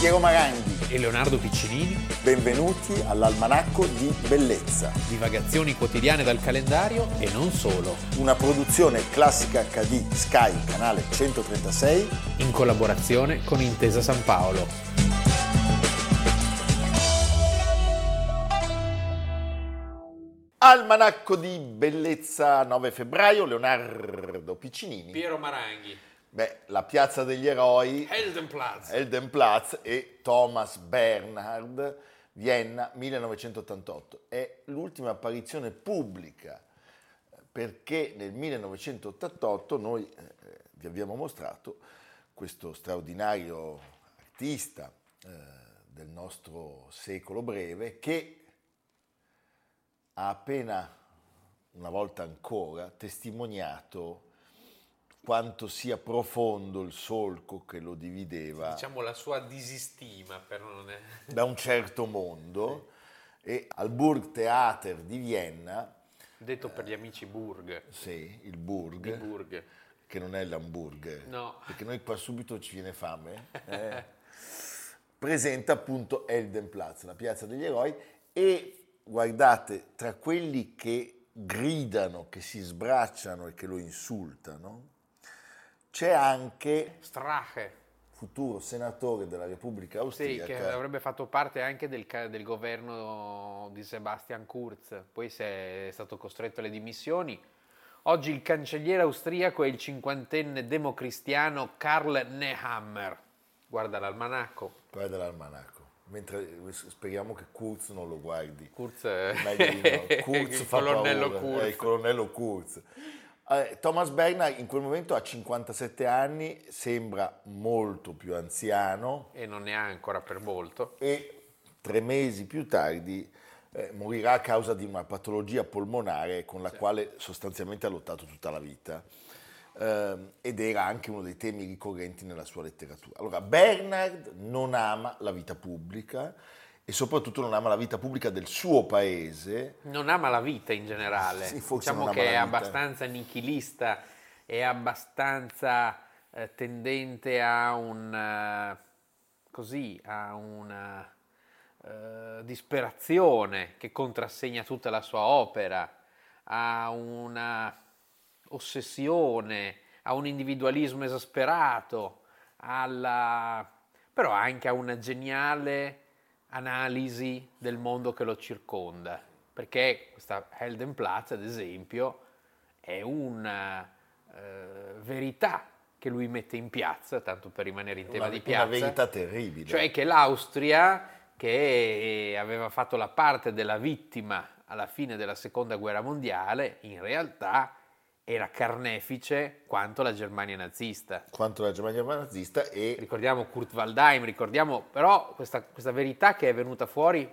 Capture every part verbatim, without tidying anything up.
Piero Maranghi e Leonardo Piccinini. Benvenuti all'Almanacco di Bellezza. Divagazioni quotidiane dal calendario e non solo. Una produzione Classica acca di Sky, canale centotrentasei, in collaborazione con Intesa San Paolo. Almanacco di Bellezza, nove febbraio, Leonardo Piccinini. Piero Maranghi. Beh, la Piazza degli Eroi, Heldenplatz. Heldenplatz e Thomas Bernhard, Vienna, millenovecentottantotto. È l'ultima apparizione pubblica, perché nel millenovecentottantotto noi eh, vi abbiamo mostrato questo straordinario artista eh, del nostro secolo breve che ha appena, una volta ancora, testimoniato quanto sia profondo il solco che lo divideva, diciamo, la sua disistima per non è... da un certo mondo, sì. E al Burgtheater di Vienna, detto per gli amici Burg, sì, il Burg, di Burg, che non è l'hamburger, no, perché noi qua subito ci viene fame, eh, presenta appunto Heldenplatz, la Piazza degli Eroi, e guardate, tra quelli che gridano, che si sbracciano e che lo insultano, c'è anche Strache, futuro senatore della Repubblica Austriaca. Sì, che avrebbe fatto parte anche del, del governo di Sebastian Kurz, poi è stato costretto alle dimissioni. Oggi il cancelliere austriaco è il cinquantenne democristiano Karl Nehammer. Guarda l'almanacco. Guarda l'almanacco. Mentre speriamo che Kurz non lo guardi. Kurz, Meglio di no. Kurz il fa colonnello paura. Kurz. È il colonnello Kurz. Eh, Thomas Bernhard in quel momento ha cinquantasette anni, sembra molto più anziano. E non ne ha ancora per molto. E tre mesi più tardi eh, morirà a causa di una patologia polmonare con la sì. quale sostanzialmente ha lottato tutta la vita. Eh, ed era anche uno dei temi ricorrenti nella sua letteratura. Allora, Bernhard non ama la vita pubblica e soprattutto non ama la vita pubblica del suo paese. Non ama la vita in generale, sì, forse diciamo che è abbastanza nichilista, è abbastanza eh, tendente a un uh, così, a una uh, disperazione che contrassegna tutta la sua opera, a una ossessione, a un individualismo esasperato, alla... però anche a una geniale analisi del mondo che lo circonda, perché questa Heldenplatz, ad esempio, è una eh, verità che lui mette in piazza, tanto per rimanere in tema una, di piazza. Una verità terribile. Cioè che l'Austria, che aveva fatto la parte della vittima alla fine della Seconda Guerra Mondiale, in realtà era carnefice quanto la Germania nazista. Quanto la Germania nazista e... Ricordiamo Kurt Waldheim, ricordiamo però questa, questa verità che è venuta fuori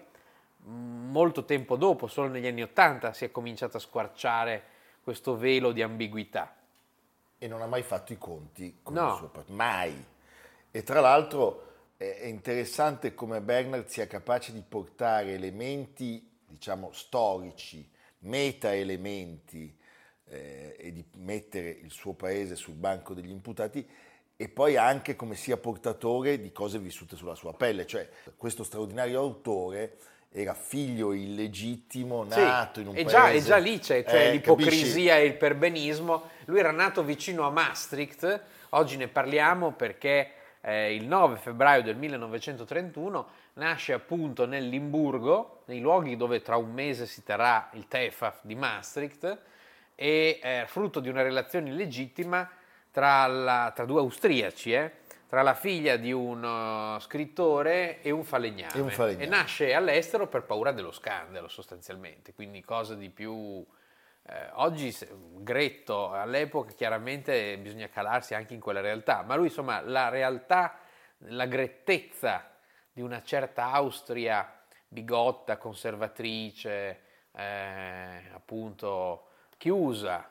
molto tempo dopo, solo negli anni Ottanta si è cominciato a squarciare questo velo di ambiguità. E non ha mai fatto i conti con no. il suo partito, mai. E tra l'altro è interessante come Bernhard sia capace di portare elementi, diciamo, storici, meta-elementi, Eh, e di mettere il suo paese sul banco degli imputati, e poi anche come sia portatore di cose vissute sulla sua pelle, cioè questo straordinario autore era figlio illegittimo, nato sì, in un e paese... Già, e già lì c'è cioè, eh, l'ipocrisia capisci? e il perbenismo. Lui era nato vicino a Maastricht, oggi ne parliamo perché eh, il nove febbraio del millenovecentotrentuno nasce appunto nel Limburgo, nei luoghi dove tra un mese si terrà il Tefaf di Maastricht, e eh, frutto di una relazione illegittima tra, la, tra due austriaci, eh, tra la figlia di un uh, scrittore e un falegname. E, un falegname. E nasce all'estero per paura dello scandalo sostanzialmente, quindi cosa di più... Eh, oggi gretto, all'epoca chiaramente bisogna calarsi anche in quella realtà, ma lui insomma la realtà, la grettezza di una certa Austria bigotta, conservatrice, eh, appunto... chiusa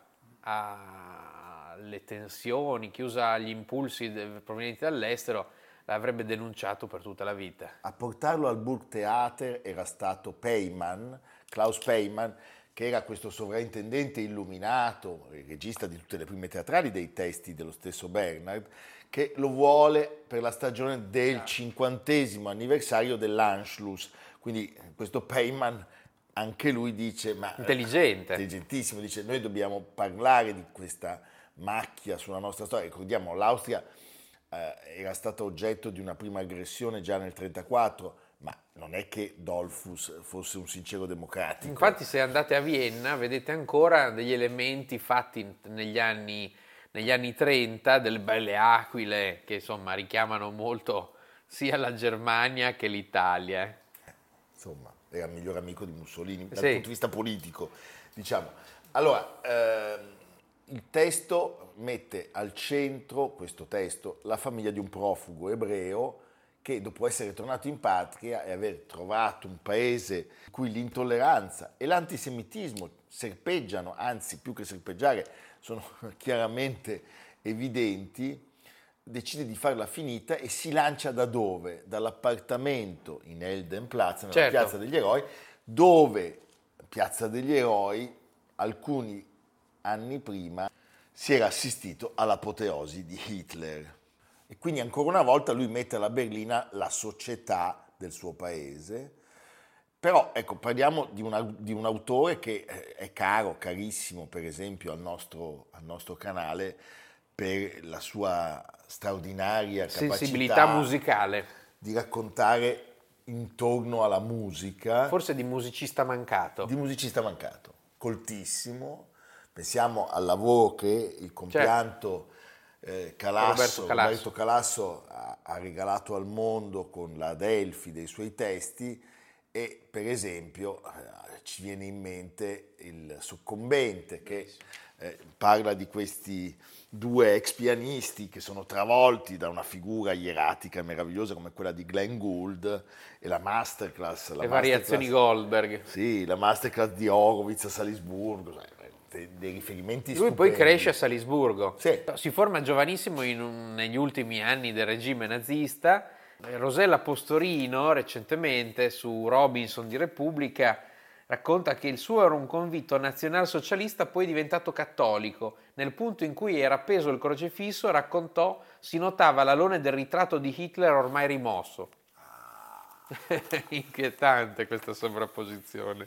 alle tensioni, chiusa agli impulsi provenienti dall'estero, l'avrebbe denunciato per tutta la vita. A portarlo al Burgtheater era stato Peymann, Klaus Peymann, che era questo sovrintendente illuminato, il regista di tutte le prime teatrali dei testi dello stesso Bernard, che lo vuole per la stagione del cinquantesimo anniversario dell'Anschluss. Quindi questo Peyman, anche lui dice, ma intelligente, intelligentissimo, dice noi dobbiamo parlare di questa macchia sulla nostra storia. Ricordiamo, l'Austria eh, era stata oggetto di una prima aggressione già nel trentaquattro, ma non è che Dollfuss fosse un sincero democratico. Infatti se andate a Vienna vedete ancora degli elementi fatti negli anni, negli anni trenta, delle belle aquile che insomma richiamano molto sia la Germania che l'Italia. Eh. Insomma, era il miglior amico di Mussolini dal sì. punto di vista politico, diciamo. Allora, ehm, il testo mette al centro, questo testo, la famiglia di un profugo ebreo che dopo essere tornato in patria e aver trovato un paese in cui l'intolleranza e l'antisemitismo serpeggiano, anzi più che serpeggiare sono chiaramente evidenti, decide di farla finita e si lancia da dove? Dall'appartamento in Heldenplatz, nella certo. Piazza degli Eroi, dove, Piazza degli Eroi, alcuni anni prima si era assistito all'apoteosi di Hitler. E quindi ancora una volta lui mette alla berlina la società del suo paese. Però ecco, parliamo di, una, di un autore che è caro, carissimo per esempio al nostro, al nostro canale per la sua straordinaria sensibilità musicale di raccontare intorno alla musica. Forse di musicista mancato. Di musicista mancato, coltissimo. Pensiamo al lavoro che il compianto certo. eh, Calasso, Roberto Calasso, Roberto Calasso ha, ha regalato al mondo con la Adelphi dei suoi testi e per esempio eh, ci viene in mente il Soccombente che eh, parla di questi due ex pianisti che sono travolti da una figura ieratica meravigliosa come quella di Glenn Gould e la masterclass. La Le masterclass, variazioni Goldberg. Sì, la masterclass di Horowitz a Salisburgo, dei riferimenti Lui stupendi. poi cresce a Salisburgo, sì. Si forma giovanissimo in un, negli ultimi anni del regime nazista. Rosella Postorino recentemente su Robinson di Repubblica racconta che il suo era un convinto nazionalsocialista poi diventato cattolico. Nel punto in cui era appeso il crocefisso, raccontò, si notava l'alone del ritratto di Hitler ormai rimosso. Inquietante questa sovrapposizione.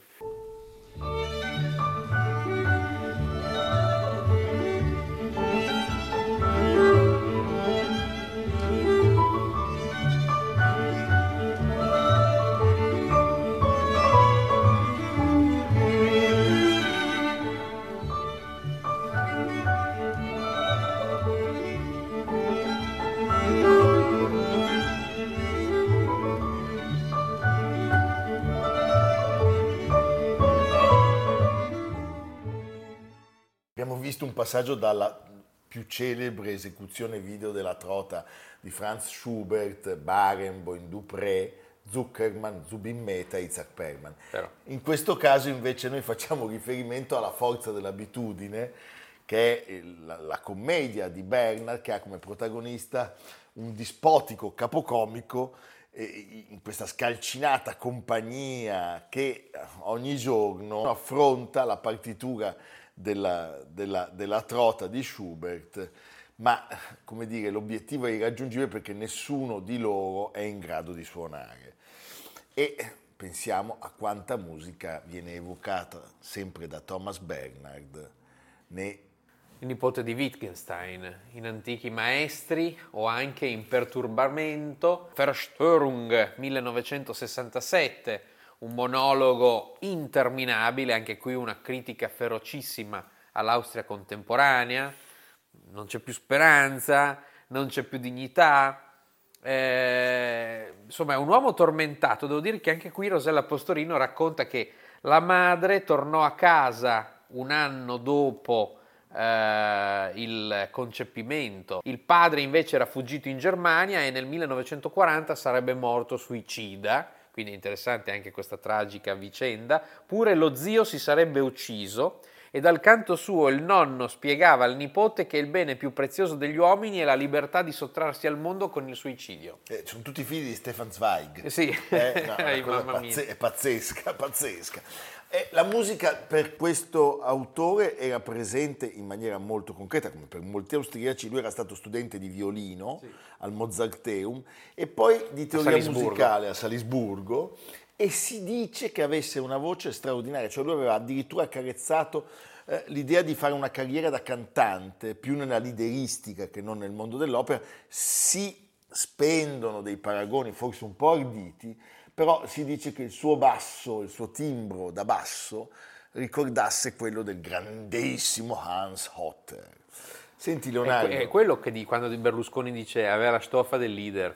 Abbiamo visto un passaggio dalla più celebre esecuzione video della trota di Franz Schubert, Barenboim, Dupré, Zuckerman, Zubin Mehta e Itzhak Perlman. Però. In questo caso invece noi facciamo riferimento alla Forza dell'abitudine, che è la, la commedia di Bernard che ha come protagonista un dispotico capocomico eh, in questa scalcinata compagnia che ogni giorno affronta la partitura Della, della, della trota di Schubert, ma come dire, l'obiettivo è irraggiungibile perché nessuno di loro è in grado di suonare. E pensiamo a quanta musica viene evocata sempre da Thomas Bernhard, ne... il nipote di Wittgenstein, in Antichi Maestri o anche in Perturbamento, Verstörung millenovecentosessantasette, un monologo interminabile, anche qui una critica ferocissima all'Austria contemporanea, non c'è più speranza, non c'è più dignità, eh, insomma è un uomo tormentato. Devo dire che anche qui Rosella Postorino racconta che la madre tornò a casa un anno dopo eh, il concepimento, il padre invece era fuggito in Germania e nel millenovecentoquaranta sarebbe morto suicida. Quindi è interessante anche questa tragica vicenda. Pure lo zio si sarebbe ucciso e dal canto suo il nonno spiegava al nipote che il bene più prezioso degli uomini è la libertà di sottrarsi al mondo con il suicidio. Eh, sono tutti figli di Stefan Zweig. Eh sì, eh, no, eh, una cosa mamma pazze- mia. è pazzesca, pazzesca. Eh, la musica per questo autore era presente in maniera molto concreta, come per molti austriaci. Lui era stato studente di violino sì. al Mozarteum e poi di teoria musicale a Salisburgo, e si dice che avesse una voce straordinaria, cioè lui aveva addirittura accarezzato eh, l'idea di fare una carriera da cantante, più nella lideristica che non nel mondo dell'opera. Si spendono dei paragoni forse un po' arditi, però si dice che il suo basso, il suo timbro da basso, ricordasse quello del grandissimo Hans Hotter. Senti Leonardo. È, è quello che di, quando Berlusconi dice aveva la stoffa del leader.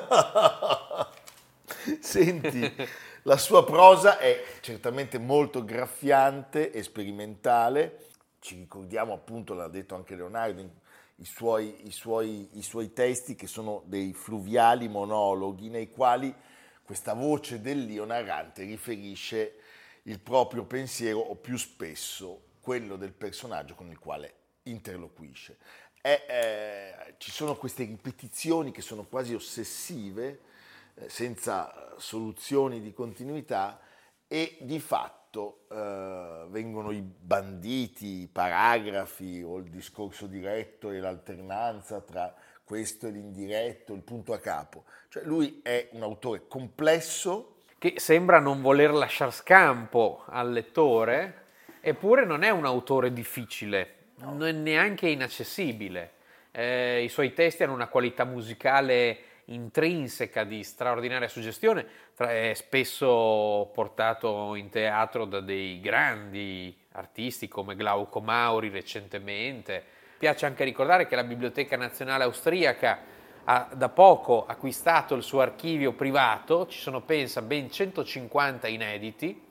Senti, la sua prosa è certamente molto graffiante e sperimentale. Ci ricordiamo appunto, l'ha detto anche Leonardo, i suoi, i suoi, i suoi testi che sono dei fluviali monologhi nei quali questa voce dell'io narrante riferisce il proprio pensiero o più spesso quello del personaggio con il quale interloquisce. E, eh, ci sono queste ripetizioni che sono quasi ossessive, eh, senza soluzioni di continuità, e di fatto eh, vengono i banditi, i paragrafi o il discorso diretto e l'alternanza tra questo e l'indiretto, il punto a capo. Cioè lui è un autore complesso, che sembra non voler lasciar scampo al lettore, eppure non è un autore difficile, no. Non è neanche inaccessibile. Eh, I suoi testi hanno una qualità musicale intrinseca di straordinaria suggestione, è spesso portato in teatro da dei grandi artisti come Glauco Mauri recentemente. Piace anche ricordare che la Biblioteca Nazionale Austriaca ha da poco acquistato il suo archivio privato, ci sono pensa ben centocinquanta inediti,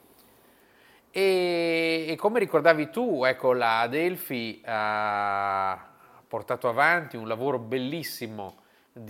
e, e come ricordavi tu, ecco, la Adelphi ha portato avanti un lavoro bellissimo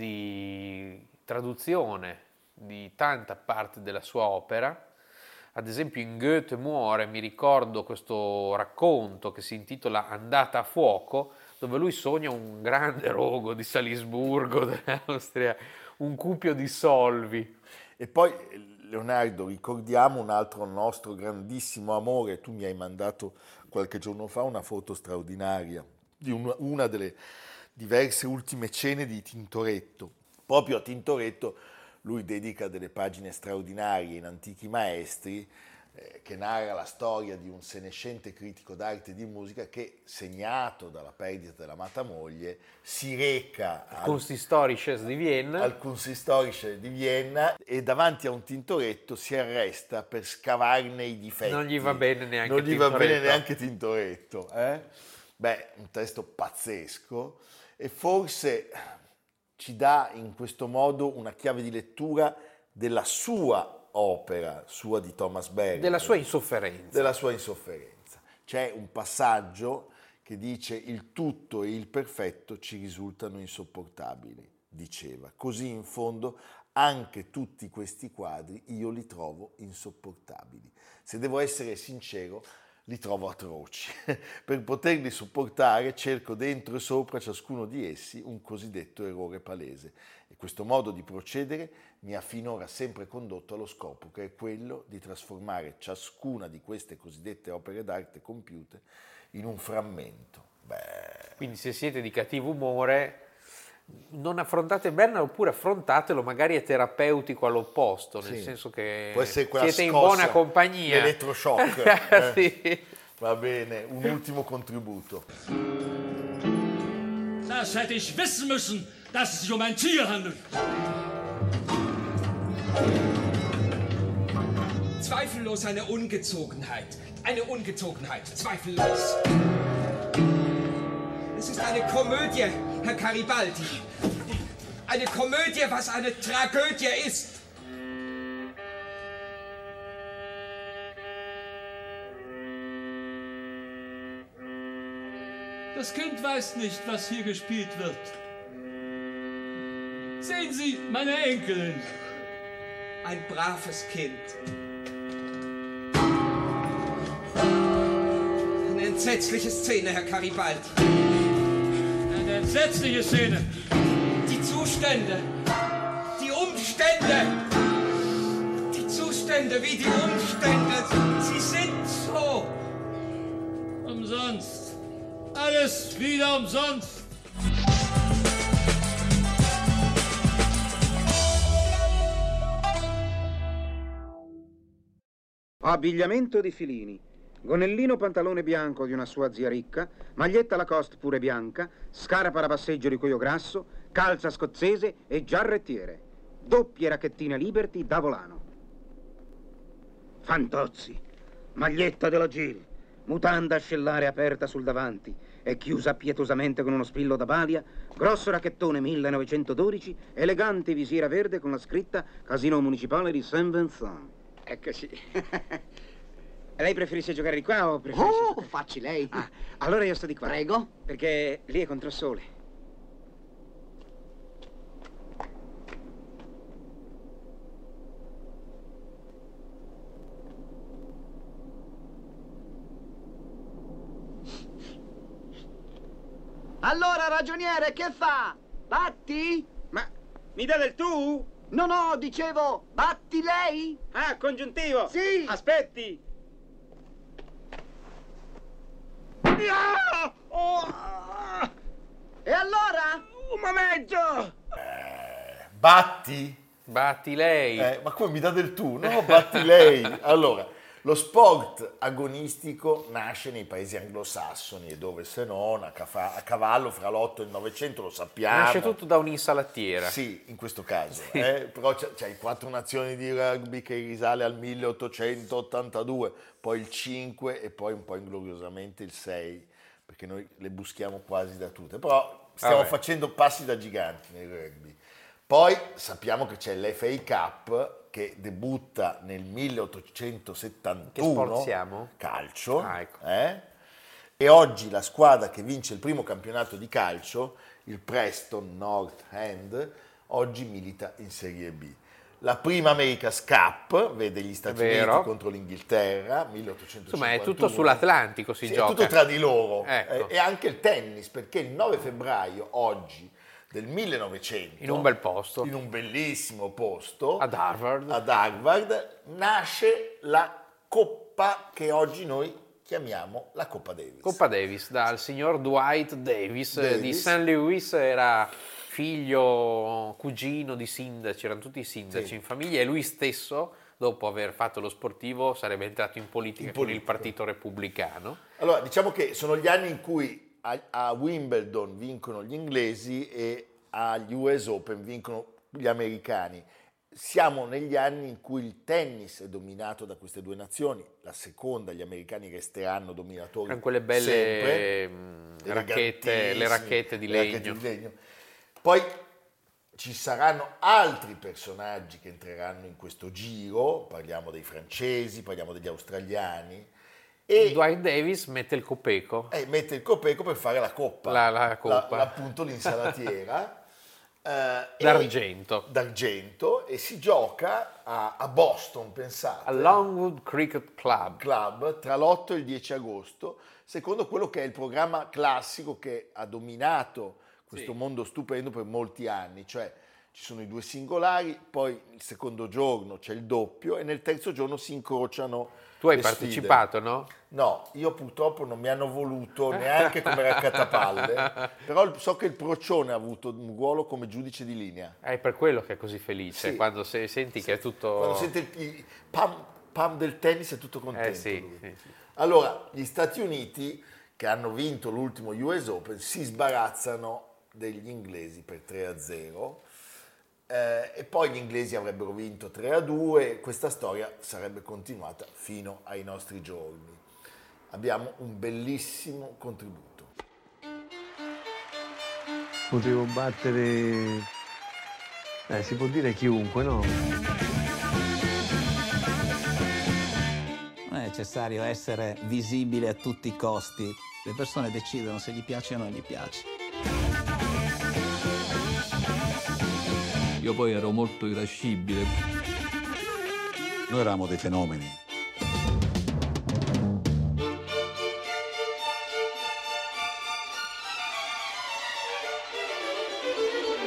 di traduzione di tanta parte della sua opera. Ad esempio in Goethe muore, mi ricordo questo racconto che si intitola Andata a fuoco, dove lui sogna un grande rogo di Salisburgo, dell'Austria, un cupio di solvi. E poi Leonardo, ricordiamo un altro nostro grandissimo amore. Tu mi hai mandato qualche giorno fa una foto straordinaria di una, una delle diverse ultime cene di Tintoretto. Proprio a Tintoretto lui dedica delle pagine straordinarie in Antichi Maestri, eh, che narra la storia di un senescente critico d'arte e di musica che, segnato dalla perdita dell'amata moglie, si reca al Kunsthistorisches di Vienna, al Kunsthistorisches di Vienna, e davanti a un Tintoretto si arresta per scavarne i difetti. Non gli va bene neanche non gli Tintoretto. va bene neanche Tintoretto. Eh? Beh, un testo pazzesco, e forse ci dà in questo modo una chiave di lettura della sua opera, sua di Thomas Berger. Della sua insofferenza. Della sua insofferenza. C'è un passaggio che dice: il tutto e il perfetto ci risultano insopportabili, diceva. Così in fondo anche tutti questi quadri io li trovo insopportabili. Se devo essere sincero, li trovo atroci. Per poterli sopportare cerco dentro e sopra ciascuno di essi un cosiddetto errore palese, e questo modo di procedere mi ha finora sempre condotto allo scopo, che è quello di trasformare ciascuna di queste cosiddette opere d'arte compiute in un frammento. Beh. Quindi se siete di cattivo umore, non affrontate Berna, oppure affrontatelo, magari è terapeutico all'opposto, nel sì. senso che può essere quella siete in buona compagnia. L'elettroshock. eh. Sì. Va bene, un ultimo contributo. Das hätte ich wissen müssen, dass es sich um ein Tier handelt. Zweifellos eine Ungezogenheit. Eine Ungezogenheit, zweifellos. Es ist eine Komödie, Herr Garibaldi. Eine Komödie, was eine Tragödie ist. Das Kind weiß nicht, was hier gespielt wird. Sehen Sie, meine Enkelin. Ein braves Kind. Nennt entsetzliche Szene, Herr Garibaldi. Eine entsetzliche Szene. Die Zustände, die Umstände, die Zustände wie die Umstände, sie sind so. Umsonst. Alles wieder umsonst. Abbigliamento di Filini. Gonnellino pantalone bianco di una sua zia ricca, maglietta Lacoste pure bianca, scarpa da passeggio di cuoio grasso, calza scozzese e giarrettiere. Doppie racchettine Liberty da volano. Fantozzi. Maglietta della Gil. Mutanda ascellare aperta sul davanti e chiusa pietosamente con uno spillo da balia, grosso racchettone millenovecentododici, elegante visiera verde con la scritta Casino Municipale di Saint-Vincent. Eccoci. Lei preferisce giocare di qua o preferisce... Oh, giocare... facci lei. Ah, allora io sto di qua. Prego. Perché lì è contro il sole. Allora, ragioniere, che fa? Batti? Ma mi dà del tu? No, no, dicevo, batti lei? Ah, congiuntivo. Sì. Aspetti. Ah! Oh! E allora? Un momento! Batti? Batti lei. Eh, ma come mi dà del tu? No, batti lei. Allora, lo sport agonistico nasce nei paesi anglosassoni e dove se non a, cava- a cavallo fra l'otto e il novecento, lo sappiamo. Nasce tutto da un'insalatiera. Sì, in questo caso. Eh, però c'è, c'è i quattro nazioni di rugby che risale al milleottocentottantadue, poi il cinque e poi un po' ingloriosamente il sei, perché noi le buschiamo quasi da tutte. Però stiamo Vabbè. facendo passi da giganti nel rugby. Poi sappiamo che c'è l'F A Cup che debutta nel milleottocentosettantuno. Che sport siamo? Calcio. Ah, ecco. eh? E oggi la squadra che vince il primo campionato di calcio, il Preston North End, oggi milita in Serie B. La prima America's Cup vede gli Stati Vero. Uniti contro l'Inghilterra, milleottocentocinquantuno. Insomma, è tutto sull'Atlantico si Sì, gioca. è tutto tra di loro. Ecco. Eh, e anche il tennis, perché il nove febbraio, oggi, del millenovecento, In un bel posto. in un bellissimo posto, Ad Harvard. ad Harvard, nasce la Coppa che oggi noi chiamiamo la Coppa Davis. Coppa Davis, dal signor Dwight Davis, eh, Davis. di Saint Louis, era figlio, cugino di sindaci, erano tutti sindaci Sì. in famiglia, e lui stesso, dopo aver fatto lo sportivo, sarebbe entrato in politica, In con politica. il Partito Repubblicano. Allora, diciamo che sono gli anni in cui a, a Wimbledon vincono gli inglesi e agli U S Open vincono gli americani. Siamo negli anni in cui il tennis è dominato da queste due nazioni, la seconda, gli americani resteranno dominatori Erano quelle belle sempre, mh, racchette, le racchette di le legno. racchette di legno. Poi ci saranno altri personaggi che entreranno in questo giro, parliamo dei francesi, parliamo degli australiani, e Dwight Davis mette il copeco. eh, mette il copeco per fare la coppa, La- la coppa. La- appunto l'insalatiera, eh, e- D'argento. d'argento, e si gioca a, a Boston, pensate, Al Longwood Cricket Club. Club, tra l'otto e il dieci agosto, secondo quello che è il programma classico che ha dominato questo Sì. mondo stupendo per molti anni, cioè ci sono i due singolari, poi il secondo giorno c'è il doppio e nel terzo giorno si incrociano. Tu hai le sfide. partecipato, no? No, io purtroppo non mi hanno voluto neanche come raccattapalle, però so che il Procione ha avuto un ruolo come giudice di linea. È per quello che è così felice, Sì. quando se- senti che è tutto... Quando sente il, il pam, pam del tennis è tutto contento. Eh sì, lui. sì, sì. Allora, gli Stati Uniti, che hanno vinto l'ultimo U S Open, si sbarazzano degli inglesi per tre a zero. Eh, e poi gli inglesi avrebbero vinto tre a due, questa storia sarebbe continuata fino ai nostri giorni. Abbiamo un bellissimo contributo. Potevo battere, eh, si può dire chiunque, no? Non è necessario essere visibile a tutti i costi. Le persone decidono se gli piace o non gli piace. Io poi ero molto irascibile. Noi eravamo dei fenomeni.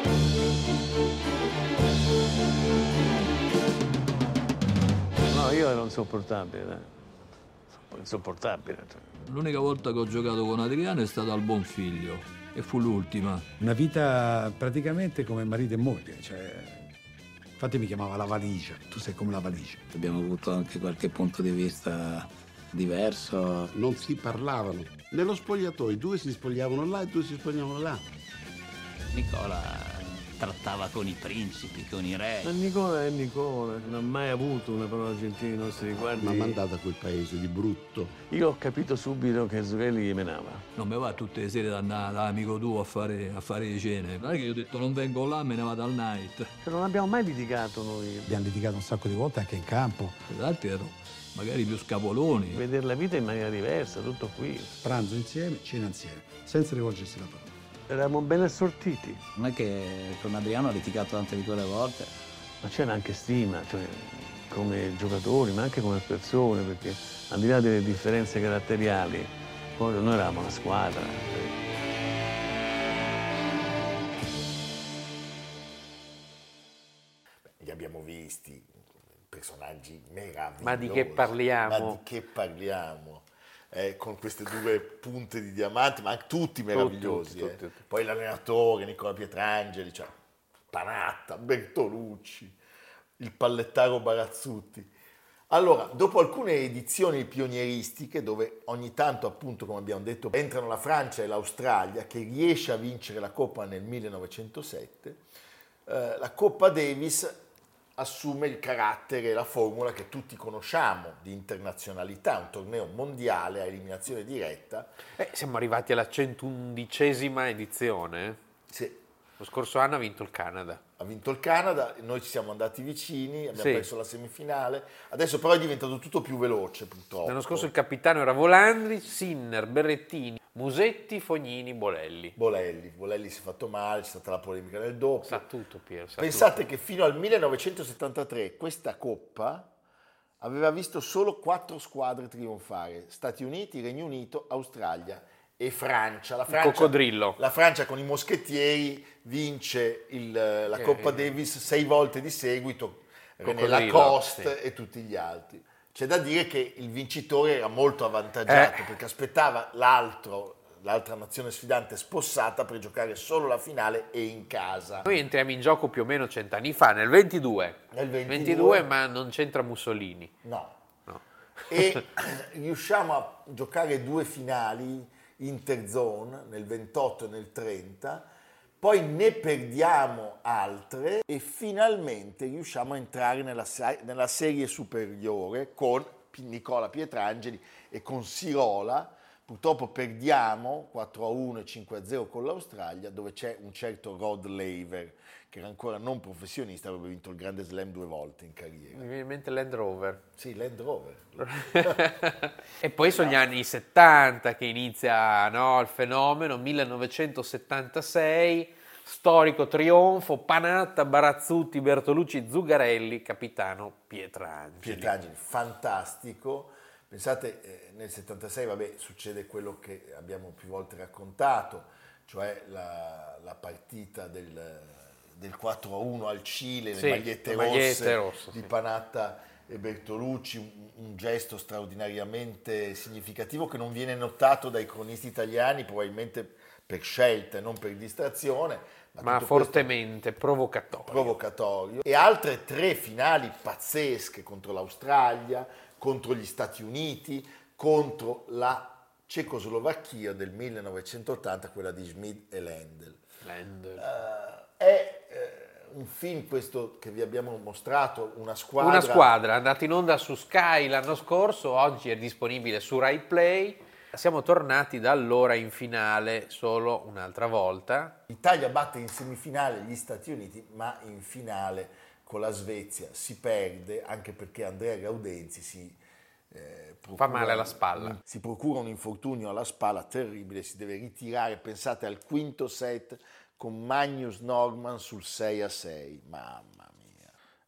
No, io ero insopportabile, dai. Insopportabile. L'unica volta che ho giocato con Adriano è stata al Bonfiglio e fu l'ultima. Una vita praticamente come marito e moglie, cioè... Infatti mi chiamava la valigia, tu sei come la valigia. Abbiamo avuto anche qualche punto di vista diverso. Non si parlavano. Nello spogliatoio due si spogliavano là e due si spogliavano là. Nicola trattava con i principi, con i re. Ma Nicola è Nicola, non ha mai avuto una parola gentile nei nostri riguardi. Ma mandato a quel paese di brutto. Io ho capito subito che Zucchelli gli menava. Non mi va tutte le sere da andare dall'amico tuo a fare, a fare le cene. Non è che io ho detto non vengo là, me ne vado al night. Cioè, non abbiamo mai litigato noi. Abbiamo litigato un sacco di volte anche in campo. Gli altri erano magari più scapoloni. Vedere la vita in maniera diversa, tutto qui. Pranzo insieme, cena insieme, senza rivolgersi la parola. Eravamo ben assortiti. Non è che con Adriano ha litigato tante di quelle volte. Ma c'era anche stima, cioè come giocatori, ma anche come persone, perché al di là delle differenze caratteriali, poi noi eravamo una squadra. Li abbiamo visti, personaggi meravigliosi. Ma di che parliamo? Ma di che parliamo? Eh, con queste due punte di diamante, ma anche tutti meravigliosi. Tutti, tutti, eh. tutti, tutti. Poi l'allenatore, Nicola Pietrangeli, cioè, Panatta, Bertolucci, il pallettaro Barazzutti. Allora, dopo alcune edizioni pionieristiche, dove ogni tanto, appunto, come abbiamo detto, entrano la Francia e l'Australia, che riesce a vincere la Coppa nel millenovecentosette, eh, la Coppa Davis assume il carattere e la formula che tutti conosciamo di internazionalità, un torneo mondiale a eliminazione diretta. Eh, siamo arrivati alla centoundicesima edizione. Sì. Lo scorso anno ha vinto il Canada. Ha vinto il Canada, noi ci siamo andati vicini, abbiamo Sì. perso la semifinale, adesso però è diventato tutto più veloce purtroppo. L'anno scorso il capitano era Volandri, Sinner, Berrettini, Musetti, Fognini, Bolelli. Bolelli, Bolelli si è fatto male, c'è stata la polemica nel doppio. Sa tutto Piero, sa Pensate tutto. che fino al millenovecentosettantatré questa Coppa aveva visto solo quattro squadre trionfare: Stati Uniti, Regno Unito, Australia e Francia. La Francia, coccodrillo. La Francia con i moschettieri vince il, la Eh. Coppa Davis sei volte di seguito, René Coccodrillo, Lacoste sì. e tutti gli altri. C'è da dire che il vincitore era molto avvantaggiato Eh. perché aspettava l'altro, l'altra nazione sfidante spossata per giocare solo la finale e in casa. Noi entriamo in gioco più o meno cent'anni fa, nel ventidue. Nel ventidue, ventidue, ma non c'entra Mussolini. No. No. E riusciamo a giocare due finali interzone nel ventotto e nel trenta, poi ne perdiamo altre e finalmente riusciamo a entrare nella, nella serie superiore con Nicola Pietrangeli e con Sirola. Purtroppo perdiamo quattro a uno e cinque a zero con l'Australia, dove c'è un certo Rod Laver, che era ancora non professionista, aveva vinto il Grande Slam due volte in carriera. Mi viene in mente Land Rover. Sì, Land Rover. E poi sono gli anni settanta che inizia, no, il fenomeno, millenovecentosettantasei, storico trionfo, Panatta, Barazzutti, Bertolucci, Zugarelli, capitano Pietrangeli. Pietrangeli, fantastico. Pensate, eh, nel settantasei, vabbè, succede quello che abbiamo più volte raccontato, cioè la, la partita del, del quattro a uno al Cile, Sì, le magliette, le rosse, magliette rosse, di sì. Panatta e Bertolucci, un, un gesto straordinariamente significativo che non viene notato dai cronisti italiani, probabilmente per scelta e non per distrazione, ma, Ma tutto fortemente provocatorio. provocatorio. E altre tre finali pazzesche contro l'Australia, contro gli Stati Uniti, contro la Cecoslovacchia del millenovecentottanta, quella di Schmid e Lendl. Lendl. Uh, è uh, un film questo che vi abbiamo mostrato, una squadra... Una squadra, è andata in onda su Sky l'anno scorso, oggi è disponibile su Rai Play. Siamo tornati da allora in finale solo un'altra volta. L'Italia batte in semifinale gli Stati Uniti, ma in finale con la Svezia si perde, anche perché Andrea Gaudenzi si eh, procura, Fa male alla spalla. Si procura un infortunio alla spalla terribile, si deve ritirare, pensate al quinto set con Magnus Norman sul sei a sei, mamma mia.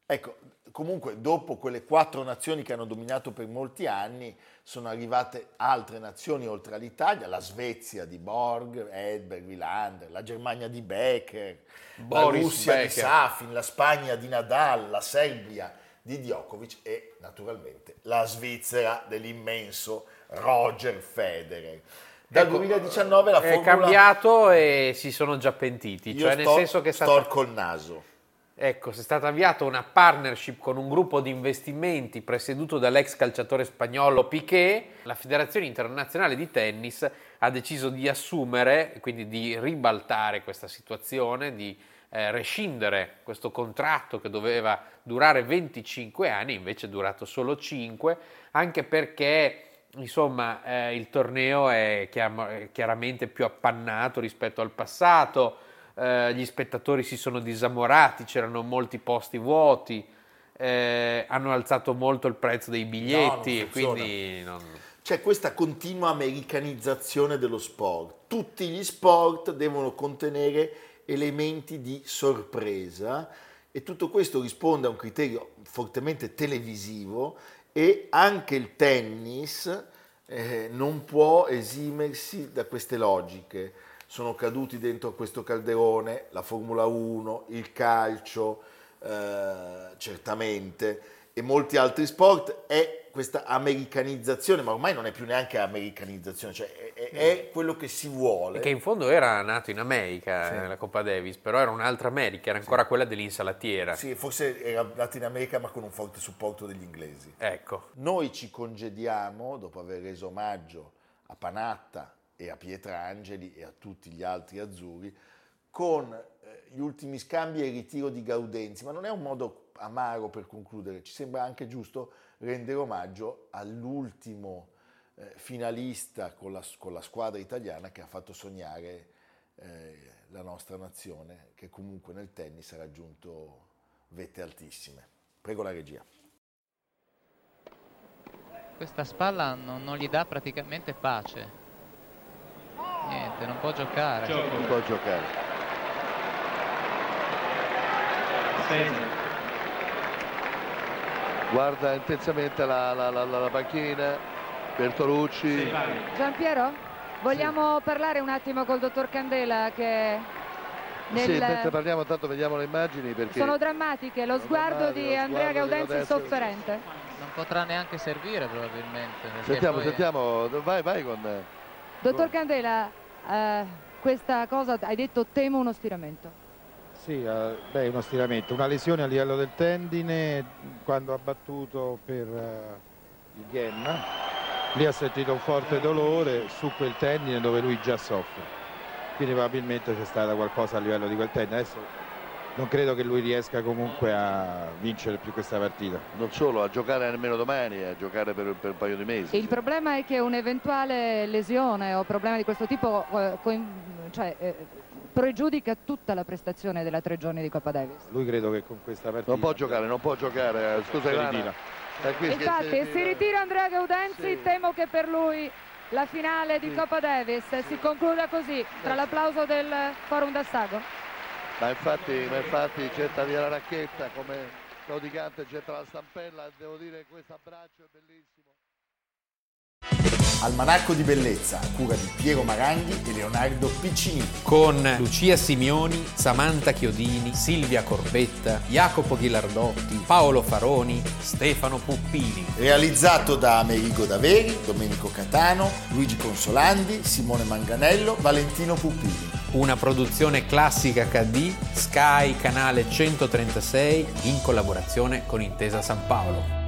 Ecco, comunque dopo quelle quattro nazioni che hanno dominato per molti anni sono arrivate altre nazioni oltre all'Italia, la Svezia di Borg, Edberg, Wilander, la Germania di Becker, Boris la Russia Becker. di Safin, la Spagna di Nadal, la Serbia di Djokovic e naturalmente la Svizzera dell'immenso Roger Federer. Dal Ecco, duemiladiciannove la è formula... cambiato e si sono già pentiti, Io cioè nel sto, senso che è stata... storco il naso. Ecco, è stata avviata una partnership con un gruppo di investimenti presieduto dall'ex calciatore spagnolo Piqué. La Federazione Internazionale di Tennis ha deciso di assumere, quindi di ribaltare questa situazione, di eh, rescindere questo contratto che doveva durare venticinque anni, invece è durato solo cinque, anche perché insomma eh, il torneo è, chiam- è chiaramente più appannato rispetto al passato. Uh, gli spettatori si sono disamorati, c'erano molti posti vuoti, eh, hanno alzato molto il prezzo dei biglietti, no, e quindi non... C'è questa continua americanizzazione dello sport. Tutti gli sport devono contenere elementi di sorpresa e tutto questo risponde a un criterio fortemente televisivo e anche il tennis eh, non può esimersi da queste logiche. Sono caduti dentro questo calderone la Formula uno, il calcio, eh, certamente, e molti altri sport. È questa americanizzazione, ma ormai non è più neanche americanizzazione, cioè è, è, è quello che si vuole. Che in fondo era nato in America, Sì. eh, la Coppa Davis, però era un'altra America, era ancora sì. quella dell'insalatiera. Sì, forse era nato in America ma con un forte supporto degli inglesi. Ecco. Noi ci congediamo, dopo aver reso omaggio a Panatta e a Pietrangeli e a tutti gli altri azzurri, con eh, gli ultimi scambi e il ritiro di Gaudenzi, ma non è un modo amaro per concludere, ci sembra anche giusto rendere omaggio all'ultimo eh, finalista con la, con la squadra italiana che ha fatto sognare eh, la nostra nazione, che comunque nel tennis ha raggiunto vette altissime. Prego la regia. Questa spalla non, non gli dà praticamente pace. Niente, non può giocare. Gioco. Non può giocare. Sì. Guarda intensamente la, la, la, la panchina, Bertolucci. Sì, Giampiero, vogliamo sì. parlare un attimo col dottor Candela che... Nel... Sì, mentre parliamo tanto vediamo le immagini perché... Sono drammatiche, lo sguardo di Andrea Gaudenzi è sofferente. Non potrà neanche servire probabilmente. Sentiamo, poi... sentiamo, vai, vai con... Dottor Candela, eh, questa cosa, hai detto temo uno stiramento. Sì, eh, beh, uno stiramento, una lesione a livello del tendine quando ha battuto per uh, il Ghenna, lì ha sentito un forte dolore su quel tendine dove lui già soffre, quindi probabilmente c'è stata qualcosa a livello di quel tendine. Adesso non credo che lui riesca comunque a vincere più questa partita. Non solo, a giocare nemmeno domani, a giocare per, per un paio di mesi. Il sì. problema è che un'eventuale lesione o problema di questo tipo eh, cioè, eh, pregiudica tutta la prestazione della tre giorni di Coppa Davis. Lui credo che con questa partita... Non può giocare, non può giocare, scusa Ivana. Infatti si, si ritira Andrea Gaudenzi, sì. temo che per lui la finale di sì. Coppa Davis si concluda così, tra l'applauso del Forum d'Assago. Ma infatti, ma infatti getta via la racchetta come claudicante getta la stampella, devo dire che questo abbraccio è bellissimo. Almanacco di bellezza a cura di Piero Maranghi e Leonardo Piccini. Con Lucia Simioni, Samantha Chiodini, Silvia Corbetta, Jacopo Ghilardotti, Paolo Faroni, Stefano Puppini. Realizzato da Amerigo Daveri, Domenico Catano, Luigi Consolandi, Simone Manganello, Valentino Puppini. Una produzione Classica acca di, Sky, canale centotrentasei, in collaborazione con Intesa San Paolo.